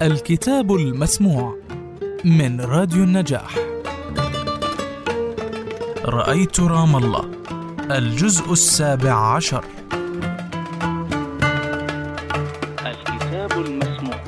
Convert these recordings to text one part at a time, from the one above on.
الكتاب المسموع من راديو النجاح. رأيت رام الله، الجزء 17. الكتاب المسموع.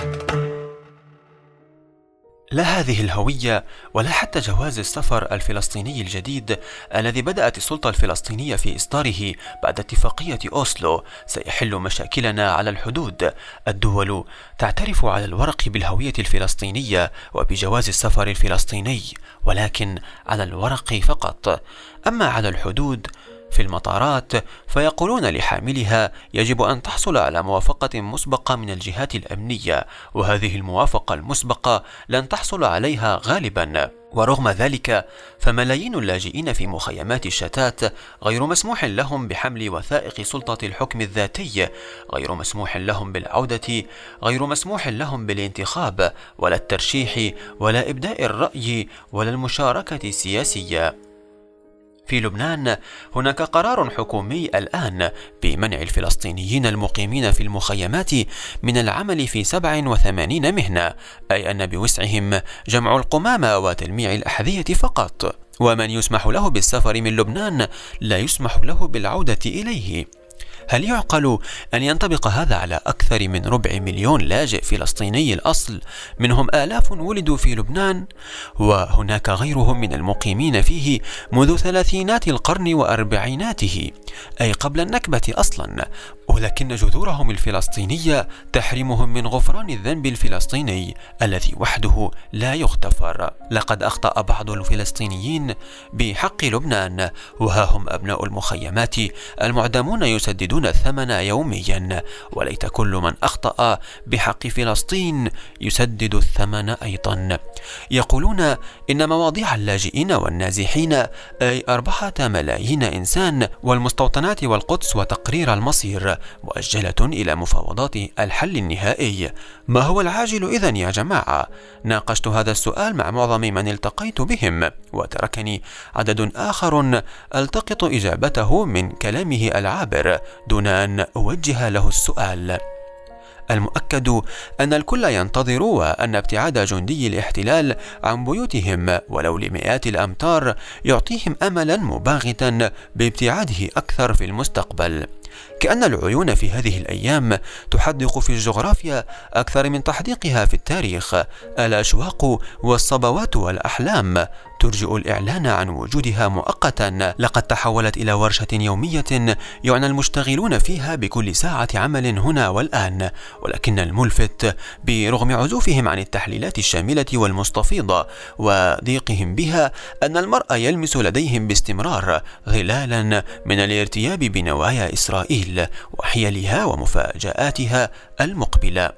لا هذه الهوية ولا حتى جواز السفر الفلسطيني الجديد الذي بدأت السلطة الفلسطينية في إصداره بعد اتفاقية أوسلو سيحل مشاكلنا على الحدود. الدول تعترف على الورق بالهوية الفلسطينية وبجواز السفر الفلسطيني، ولكن على الورق فقط. أما على الحدود في المطارات فيقولون لحاملها يجب أن تحصل على موافقة مسبقة من الجهات الأمنية، وهذه الموافقة المسبقة لن تحصل عليها غالبا. ورغم ذلك فملايين اللاجئين في مخيمات الشتات غير مسموح لهم بحمل وثائق سلطة الحكم الذاتي، غير مسموح لهم بالعودة، غير مسموح لهم بالانتخاب ولا الترشيح ولا إبداء الرأي ولا المشاركة السياسية. في لبنان هناك قرار حكومي الآن بمنع الفلسطينيين المقيمين في المخيمات من العمل في 87 مهنة، أي أن بوسعهم جمع القمامة وتلميع الأحذية فقط، ومن يسمح له بالسفر من لبنان لا يسمح له بالعودة إليه. هل يعقل أن ينطبق هذا على أكثر من 400,000 لاجئ فلسطيني الأصل، منهم آلاف ولدوا في لبنان، وهناك غيرهم من المقيمين فيه منذ ثلاثينات القرن وأربعيناته، أي قبل النكبة أصلا، ولكن جذورهم الفلسطينية تحرمهم من غفران الذنب الفلسطيني الذي وحده لا يغتفر. لقد أخطأ بعض الفلسطينيين بحق لبنان، وها هم أبناء المخيمات المعدمون يسددون الثمن يوميا، وليت كل من أخطأ بحق فلسطين يسدد الثمن أيضا. يقولون إن مواضيع اللاجئين والنازحين أي 4 ملايين إنسان والمستوطنات والقدس وتقرير المصير مؤجلة إلى مفاوضات الحل النهائي. ما هو العاجل إذن يا جماعة؟ ناقشت هذا السؤال مع معظم من التقيت بهم، وتركني عدد آخر ألتقط إجابته من كلامه العابر دون أن أوجه له السؤال. المؤكد أن الكل ينتظر وأن ابتعاد جندي الاحتلال عن بيوتهم ولو لمئات الأمتار يعطيهم أملا مباغتا بابتعاده أكثر في المستقبل. كأن العيون في هذه الأيام تحدق في الجغرافيا أكثر من تحديقها في التاريخ. الأشواق والصبوات والأحلام ترجئ الإعلان عن وجودها مؤقتا. لقد تحولت إلى ورشة يومية يعنى المشتغلون فيها بكل ساعة عمل هنا والآن، ولكن الملفت برغم عزوفهم عن التحليلات الشاملة والمستفيضة وضيقهم بها أن المرء يلمس لديهم باستمرار ظلالا من الارتياب بنوايا إسرائيل وحيلها ومفاجآتها المقبلة.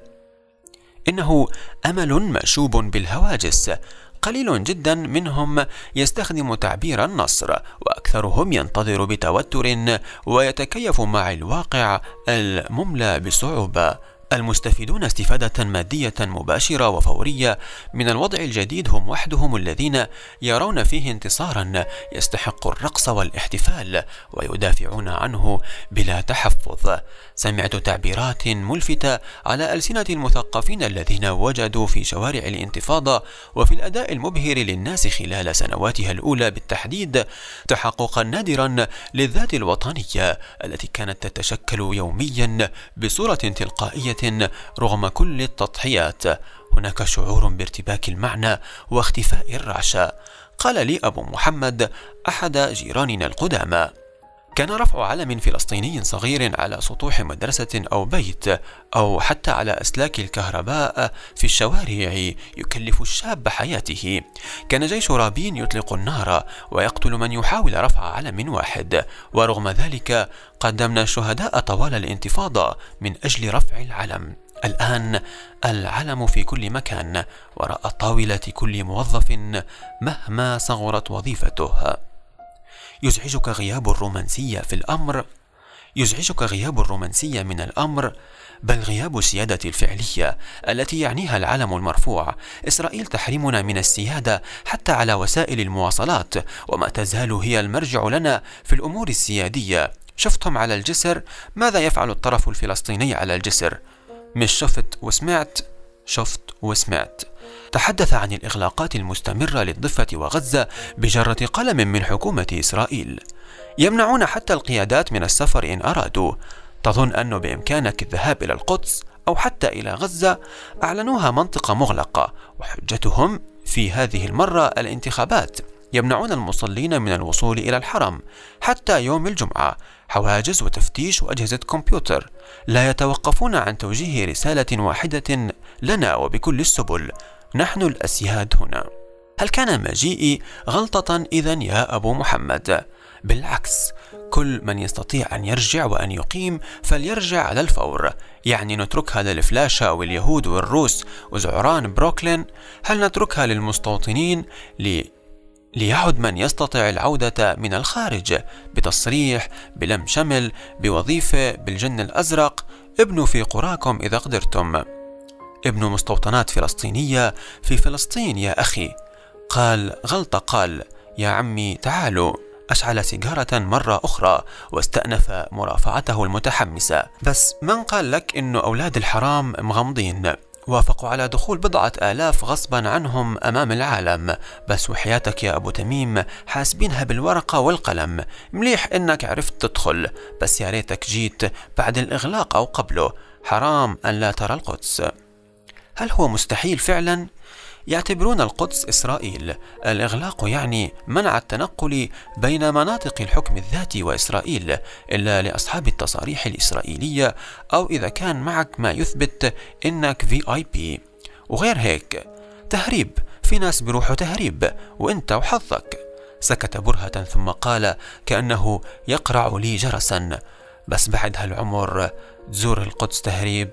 إنه أمل مشوب بالهواجس، قليل جدا منهم يستخدم تعبير النصر، وأكثرهم ينتظر بتوتر ويتكيف مع الواقع المملى بصعوبة. المستفيدون استفادة مادية مباشرة وفورية من الوضع الجديد هم وحدهم الذين يرون فيه انتصارا يستحق الرقص والاحتفال ويدافعون عنه بلا تحفظ. سمعت تعبيرات ملفتة على ألسنة المثقفين الذين وجدوا في شوارع الانتفاضة وفي الأداء المبهر للناس خلال سنواتها الأولى بالتحديد تحققا نادرا للذات الوطنية التي كانت تتشكل يوميا بصورة تلقائية رغم كل التضحيات. هناك شعور بارتباك المعنى واختفاء الرعشة. قال لي أبو محمد أحد جيراننا القدامى: كان رفع علم فلسطيني صغير على سطوح مدرسة أو بيت أو حتى على أسلاك الكهرباء في الشوارع يكلف الشاب حياته. كان جيش رابين يطلق النار ويقتل من يحاول رفع علم واحد، ورغم ذلك قدمنا شهداء طوال الانتفاضة من أجل رفع العلم. الآن العلم في كل مكان وراء طاولة كل موظف مهما صغرت وظيفته. يزعجك غياب الرومانسية في الأمر؟ يزعجك غياب الرومانسية من الأمر، بل غياب السيادة الفعلية التي يعنيها العلم المرفوع. إسرائيل تحرمنا من السيادة حتى على وسائل المواصلات، وما تزال هي المرجع لنا في الأمور السيادية. شفتم على الجسر؟ ماذا يفعل الطرف الفلسطيني على الجسر؟ مش شفت وسمعت؟ شفت وسمعت. تحدث عن الإغلاقات المستمرة للضفة وغزة بجرة قلم من حكومة إسرائيل. يمنعون حتى القيادات من السفر إن أرادوا. تظن أنه بإمكانك الذهاب إلى القدس أو حتى إلى غزة؟ أعلنوها منطقة مغلقة، وحجتهم في هذه المرة الانتخابات. يمنعون المصلين من الوصول إلى الحرم حتى يوم الجمعة. حواجز وتفتيش وأجهزة كمبيوتر. لا يتوقفون عن توجيه رسالة واحدة لنا وبكل السبل: نحن الأسياد هنا. هل كان مجيئي غلطة إذن يا أبو محمد؟ بالعكس، كل من يستطيع أن يرجع وأن يقيم فليرجع على الفور. يعني نتركها للفلاشة واليهود والروس وزعران بروكلين؟ هل نتركها للمستوطنين ليعد من يستطيع العودة من الخارج بتصريح، بلم شمل، بوظيفة، بالجن الأزرق؟ ابنوا في قراكم إذا قدرتم. ابنوا مستوطنات فلسطينية في فلسطين يا أخي. قال غلطة، قال يا عمي تعالوا. أشعل سيجارة مرة أخرى واستأنف مرافعته المتحمسة. بس من قال لك إنه أولاد الحرام مغمضين؟ وافقوا على دخول 4,000 غصبا عنهم أمام العالم. بس وحياتك يا أبو تميم حاسبينها بالورقة والقلم. مليح إنك عرفت تدخل، بس يا ريتك جيت بعد الإغلاق أو قبله. حرام أن لا ترى القدس. هل هو مستحيل فعلا؟ يعتبرون القدس إسرائيل. الإغلاق يعني منع التنقل بين مناطق الحكم الذاتي وإسرائيل إلا لأصحاب التصاريح الإسرائيلية، أو إذا كان معك ما يثبت إنك VIP. وغير هيك تهريب، في ناس بيروحوا تهريب وإنت وحظك. سكت برهة ثم قال كأنه يقرع لي جرسا: بس بعد هالعمر تزور القدس تهريب؟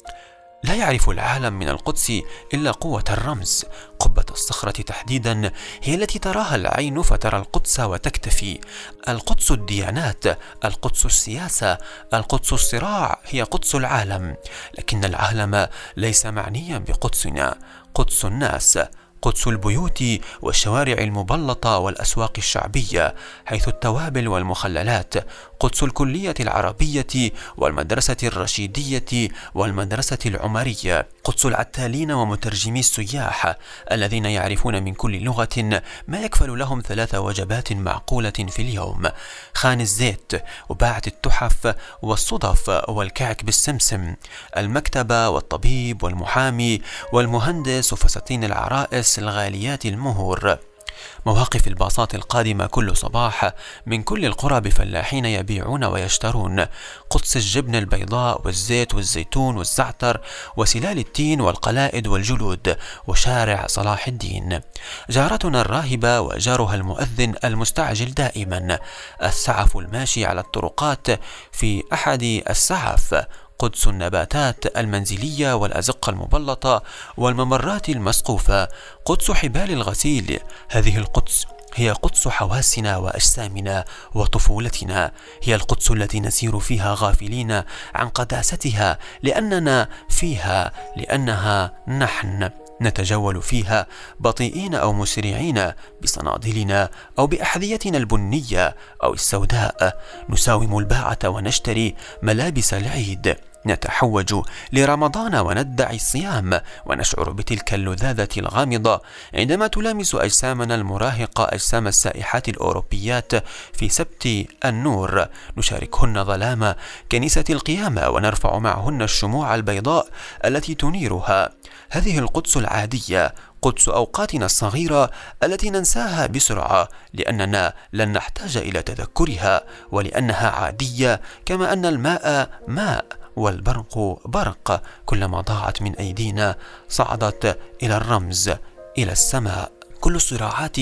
لا يعرف العالم من القدس إلا قوة الرمز. قبة الصخرة تحديدا هي التي تراها العين فترى القدس وتكتفي. القدس الديانات، القدس السياسة، القدس الصراع، هي قدس العالم. لكن العالم ليس معنيا بقدسنا. قدس الناس، قدس البيوت والشوارع المبلطة والأسواق الشعبية حيث التوابل والمخللات. قدس الكلية العربية والمدرسة الرشيدية والمدرسة العمرية. قدس العتالين ومترجمي السياح الذين يعرفون من كل لغة ما يكفل لهم 3 وجبات معقولة في اليوم. خان الزيت وباعة التحف والصدف والكعك بالسمسم. المكتبة والطبيب والمحامي والمهندس وفساتين العرائس الغاليات المهور. مواقف الباصات القادمة كل صباح من كل القرى بفلاحين يبيعون ويشترون. قدس الجبن البيضاء والزيت والزيتون والزعتر وسلال التين والقلائد والجلود وشارع صلاح الدين. جارتنا الراهبة وجارها المؤذن المستعجل دائما. السعف الماشي على الطرقات في أحد السعف. قدس النباتات المنزلية والأزقة المبلطة والممرات المسقوفة. قدس حبال الغسيل. هذه القدس هي قدس حواسنا وأجسامنا وطفولتنا. هي القدس التي نسير فيها غافلين عن قداستها لأننا فيها، لأنها نحن. نتجول فيها بطيئين أو مسرعين بصنادلنا أو بأحذيتنا البنية أو السوداء. نساوم الباعة ونشتري ملابس العيد. نتحوج لرمضان وندعي الصيام ونشعر بتلك اللذاذة الغامضة عندما تلامس أجسامنا المراهقة أجسام السائحات الأوروبيات في سبت النور. نشاركهن ظلام كنيسة القيامة ونرفع معهن الشموع البيضاء التي تنيرها. هذه القدس العادية، قدس أوقاتنا الصغيرة التي ننساها بسرعة لأننا لن نحتاج إلى تذكرها، ولأنها عادية كما أن الماء ماء والبرق برق. كلما ضاعت من أيدينا صعدت إلى الرمز، إلى السماء. كل الصراعات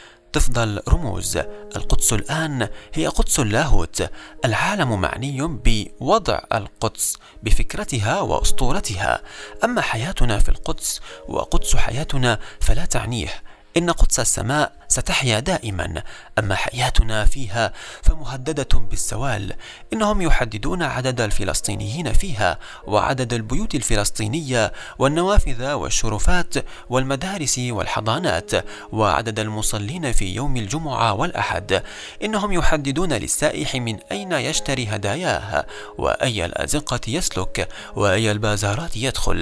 تفضل رموز. القدس الآن هي قدس اللاهوت. العالم معني بوضع القدس بفكرتها وأسطورتها. أما حياتنا في القدس وقدس حياتنا فلا تعنيه. إن قدس السماء ستحيا دائما، أما حياتنا فيها فمهددة بالزوال. إنهم يحددون عدد الفلسطينيين فيها وعدد البيوت الفلسطينية والنوافذ والشرفات والمدارس والحضانات وعدد المصلين في يوم الجمعة والأحد. إنهم يحددون للسائح من أين يشتري هداياه وأي الأزقة يسلك وأي البازارات يدخل.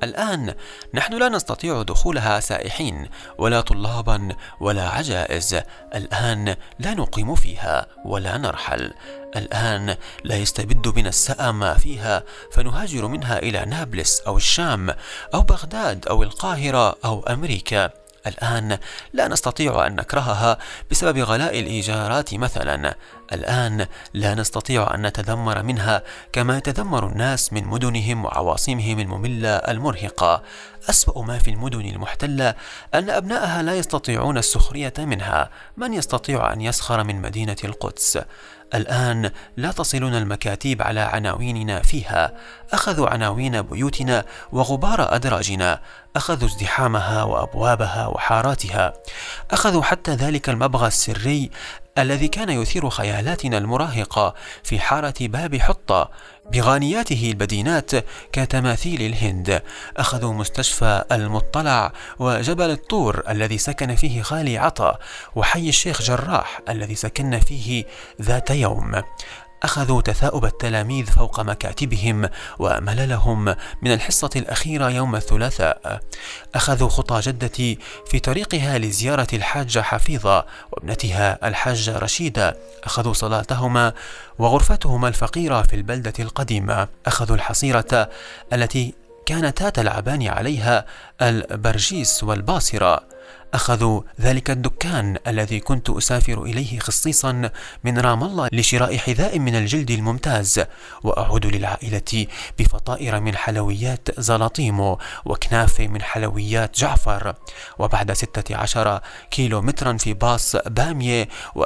الآن نحن لا نستطيع دخولها سائحين ولا طلابا ولا عجائز. الآن لا نقيم فيها ولا نرحل. الآن لا يستبد بنا السأم فيها فنهاجر منها إلى نابلس أو الشام أو بغداد أو القاهرة أو أمريكا. الآن لا نستطيع أن نكرهها بسبب غلاء الإيجارات مثلا. الآن لا نستطيع أن نتذمر منها كما يتذمر الناس من مدنهم وعواصمهم المملة المرهقة. أسوأ ما في المدن المحتلة أن أبنائها لا يستطيعون السخرية منها. من يستطيع أن يسخر من مدينة القدس؟ الآن لا تصلنا المكاتيب على عناويننا فيها. أخذوا عناوين بيوتنا وغبار أدراجنا، أخذوا ازدحامها وأبوابها وحاراتها، أخذوا حتى ذلك المبغى السري الذي كان يثير خيالاتنا المراهقة في حارة باب حطة بغانياته البدينات كتماثيل الهند. أخذوا مستشفى المطلع وجبل الطور الذي سكن فيه خالي عطا، وحي الشيخ جراح الذي سكن فيه ذات يوم. أخذوا تثاؤب التلاميذ فوق مكاتبهم ومللهم من الحصة الأخيرة يوم الثلاثاء. أخذوا خطى جدتي في طريقها لزيارة الحاجة حفيظة وابنتها الحاجة رشيدة. أخذوا صلاتهما وغرفتهما الفقيرة في البلدة القديمة. أخذوا الحصيرة التي كانتا تلعبان عليها البرجيس والباصرة. أخذوا ذلك الدكان الذي كنت أسافر إليه خصيصا من رام الله لشراء حذاء من الجلد الممتاز، وأعود للعائلة بفطائر من حلويات زلاطيمو وكنافة من حلويات جعفر، وبعد 16 كيلومترا في باص بامية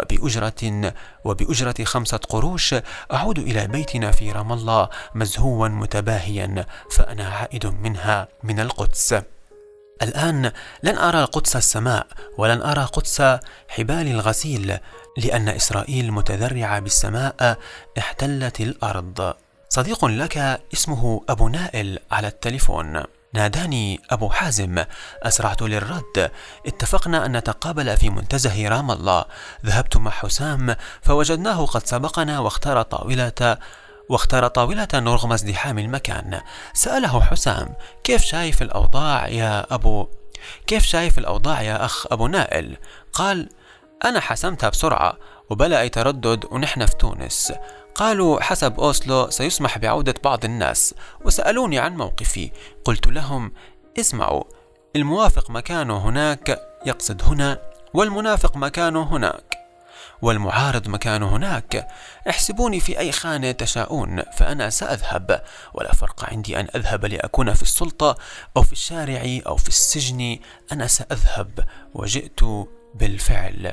وبأجرة 5 قروش أعود إلى بيتنا في رام الله مزهوا متباهيا، فأنا عائد منها من القدس. الآن لن أرى قدس السماء ولن أرى قدس حبال الغسيل، لأن إسرائيل متذرعة بالسماء احتلت الأرض. صديق لك اسمه أبو نائل على التليفون، ناداني أبو حازم، أسرعت للرد. اتفقنا أن نتقابل في منتزه رام الله. ذهبت مع حسام فوجدناه قد سبقنا واختار طاولة رغم ازدحام المكان. سأله حسام: كيف شايف الأوضاع يا أخ أبو نائل؟ قال: أنا حسمتها بسرعة وبلا أي تردد، ونحن في تونس. قالوا حسب أوسلو سيسمح بعودة بعض الناس، وسألوني عن موقفي. قلت لهم: اسمعوا، الموافق مكانه هناك، يقصد هنا، والمنافق مكانه هناك، والمعارض مكانه هناك. احسبوني في أي خانة تشاءون فأنا سأذهب، ولا فرق عندي أن أذهب لأكون في السلطة أو في الشارع أو في السجن، أنا سأذهب. وجئت بالفعل.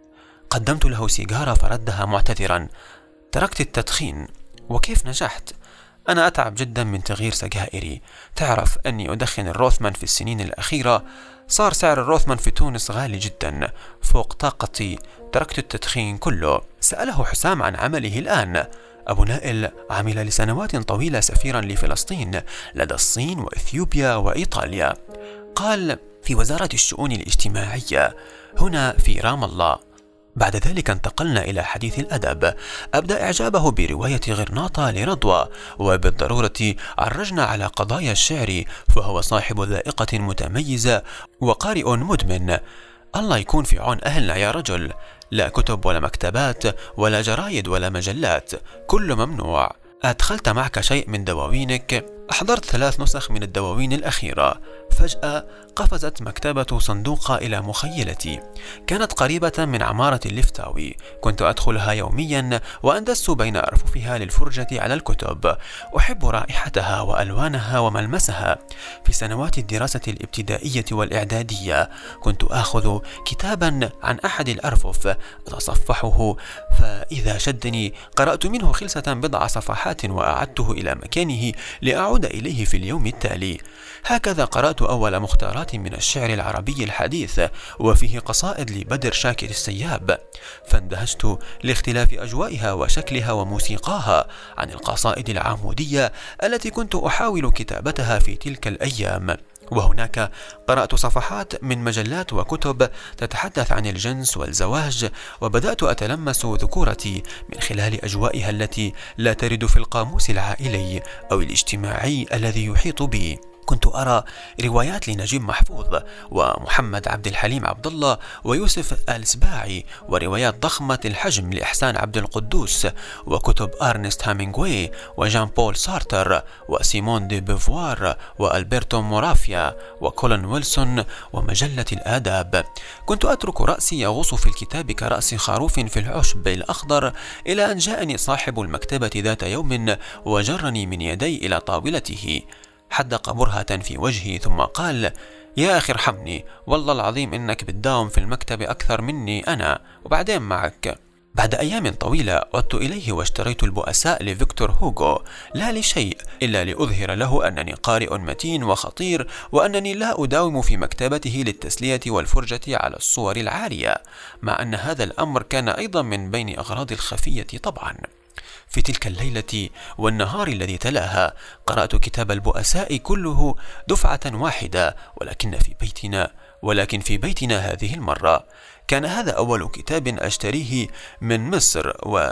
قدمت له سيجارة فردها معتذرا: تركت التدخين. وكيف نجحت؟ أنا أتعب جدا من تغيير سجائري. تعرف أني أدخن الروثمان في السنين الأخيرة. صار سعر الروثمان في تونس غالي جدا فوق طاقتي. تركت التدخين كله. سأله حسام عن عمله الآن. أبو نائل عمل لسنوات طويلة سفيرا لفلسطين لدى الصين وإثيوبيا وإيطاليا. قال: في وزارة الشؤون الاجتماعية هنا في رام الله. بعد ذلك انتقلنا إلى حديث الأدب. أبدأ إعجابه برواية غرناطة لرضوى، وبالضرورة عرجنا على قضايا الشعر، فهو صاحب ذائقة متميزة وقارئ مدمن. الله يكون في عون أهلنا يا رجل. لا كتب ولا مكتبات ولا جرايد ولا مجلات، كل ممنوع. أدخلت معك شيء من دواوينك؟ أحضرت 3 نسخ من الدواوين الأخيرة. فجأة قفزت مكتبة صندوق إلى مخيلتي. كانت قريبة من عمارة اللفتاوي. كنت أدخلها يوميا وأندس بين أرففها للفرجة على الكتب. أحب رائحتها وألوانها وملمسها. في سنوات الدراسة الابتدائية والإعدادية كنت آخذ كتابا عن أحد الأرفف أتصفحه، فإذا شدني قرأت منه خلسة بضع صفحات وأعدته إلى مكانه لأعود إليه في اليوم التالي. هكذا قرأت أول مختارات من الشعر العربي الحديث، وفيه قصائد لبدر شاكر السياب، فاندهشت لاختلاف أجوائها وشكلها وموسيقاها عن القصائد العامودية التي كنت أحاول كتابتها في تلك الأيام. وهناك قرأت صفحات من مجلات وكتب تتحدث عن الجنس والزواج، وبدأت أتلمس ذكورتي من خلال أجوائها التي لا ترد في القاموس العائلي أو الاجتماعي الذي يحيط بي. كنت أرى روايات لنجيب محفوظ ومحمد عبد الحليم عبد الله ويوسف السباعي، وروايات ضخمة الحجم لإحسان عبد القدوس، وكتب أرنست هامينغواي وجان بول سارتر وسيمون دي بوفوار وألبرتو مورافيا وكولين ويلسون ومجلة الآداب. كنت أترك رأسي يغوص في الكتاب كرأس خروف في العشب الأخضر، إلى أن جاءني صاحب المكتبة ذات يوم وجرني من يدي إلى طاولته، حدق برهة في وجهي ثم قال: يا أخي ارحمني، والله العظيم إنك بتداوم في المكتب أكثر مني أنا، وبعدين معك. بعد أيام طويلة عدت إليه واشتريت البؤساء لفيكتور هوغو، لا لشيء إلا لأظهر له أنني قارئ متين وخطير، وأنني لا أداوم في مكتبته للتسلية والفرجة على الصور العالية، مع أن هذا الأمر كان أيضا من بين أغراضي الخفية طبعا. في تلك الليلة والنهار الذي تلاها قرأت كتاب البؤساء كله دفعة واحدة، ولكن في بيتنا هذه المرة. كان هذا أول كتاب أشتريه من مصر،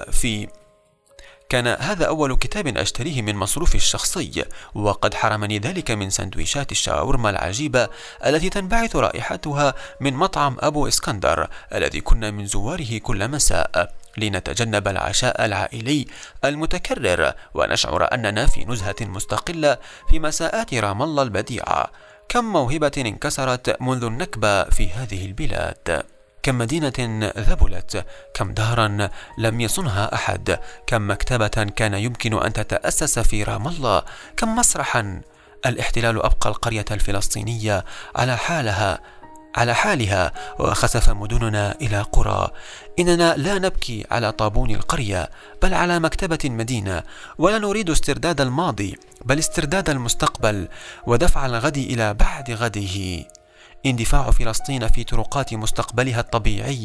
كان هذا أول كتاب أشتريه من مصروفي الشخصي، وقد حرمني ذلك من سندويشات الشاورما العجيبة التي تنبعث رائحتها من مطعم أبو إسكندر الذي كنا من زواره كل مساء، لنتجنب العشاء العائلي المتكرر ونشعر أننا في نزهة مستقلة في مساءات رام الله البديعة. كم موهبة انكسرت منذ النكبة في هذه البلاد، كم مدينة ذبلت، كم دهرا لم يصنها أحد، كم مكتبة كان يمكن أن تتأسس في رام الله، كم مسرحا. الاحتلال أبقى القرية الفلسطينية على حالها وخسف مدننا إلى قرى. إننا لا نبكي على طابون القرية، بل على مكتبة المدينة، ولا نريد استرداد الماضي بل استرداد المستقبل ودفع الغد إلى بعد غده. اندفاع فلسطين في طرقات مستقبلها الطبيعي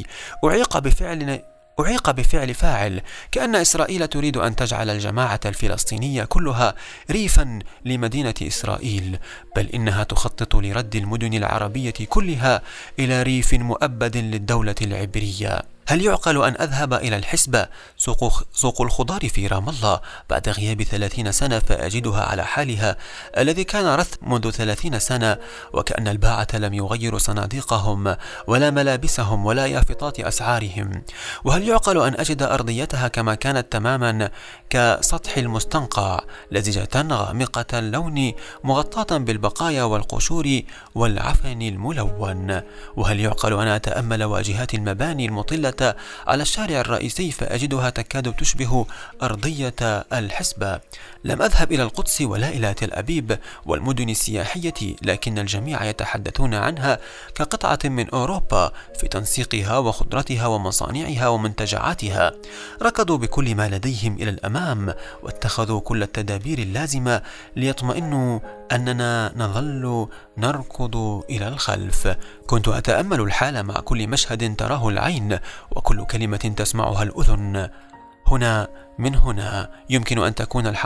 أعيق بفعل فاعل، كأن إسرائيل تريد أن تجعل الجماعة الفلسطينية كلها ريفا لمدينة إسرائيل، بل إنها تخطط لرد المدن العربية كلها إلى ريف مؤبد للدولة العبرية. هل يعقل أن أذهب إلى الحسبة سوق الخضار في رام الله بعد غياب 30 سنة فأجدها على حالها الذي كان رث منذ 30 سنة، وكأن الباعة لم يغيروا صناديقهم ولا ملابسهم ولا يافطات أسعارهم؟ وهل يعقل أن أجد أرضيتها كما كانت تماما كسطح المستنقع، لزجة غامقة اللون مغطاة بالبقايا والقشور والعفن الملون؟ وهل يعقل أن أتأمل واجهات المباني المطلة على الشارع الرئيسي فأجدها تكاد تشبه أرضية الحسبة؟ لم أذهب إلى القدس ولا إلى تل أبيب والمدن السياحية، لكن الجميع يتحدثون عنها كقطعة من أوروبا في تنسيقها وخضرتها ومصانعها ومنتجعاتها. ركضوا بكل ما لديهم إلى الأمام واتخذوا كل التدابير اللازمة ليطمئنوا أننا نظل نركض إلى الخلف. كنت أتأمل الحال مع كل مشهد تراه العين وكل كلمة تسمعها الأذن. هنا من هنا يمكن أن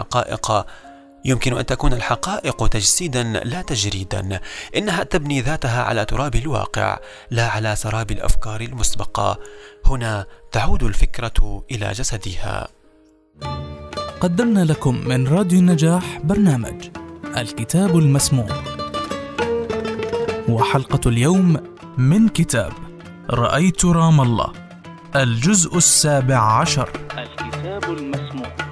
تكون الحقائق تجسيدا لا تجريدا. إنها تبني ذاتها على تراب الواقع لا على سراب الأفكار المسبقة. هنا تعود الفكرة إلى جسدها. قدمنا لكم من راديو النجاح برنامج الكتاب المسموع، وحلقة اليوم من كتاب رأيت رام الله، الجزء 17. الكتاب المسموع.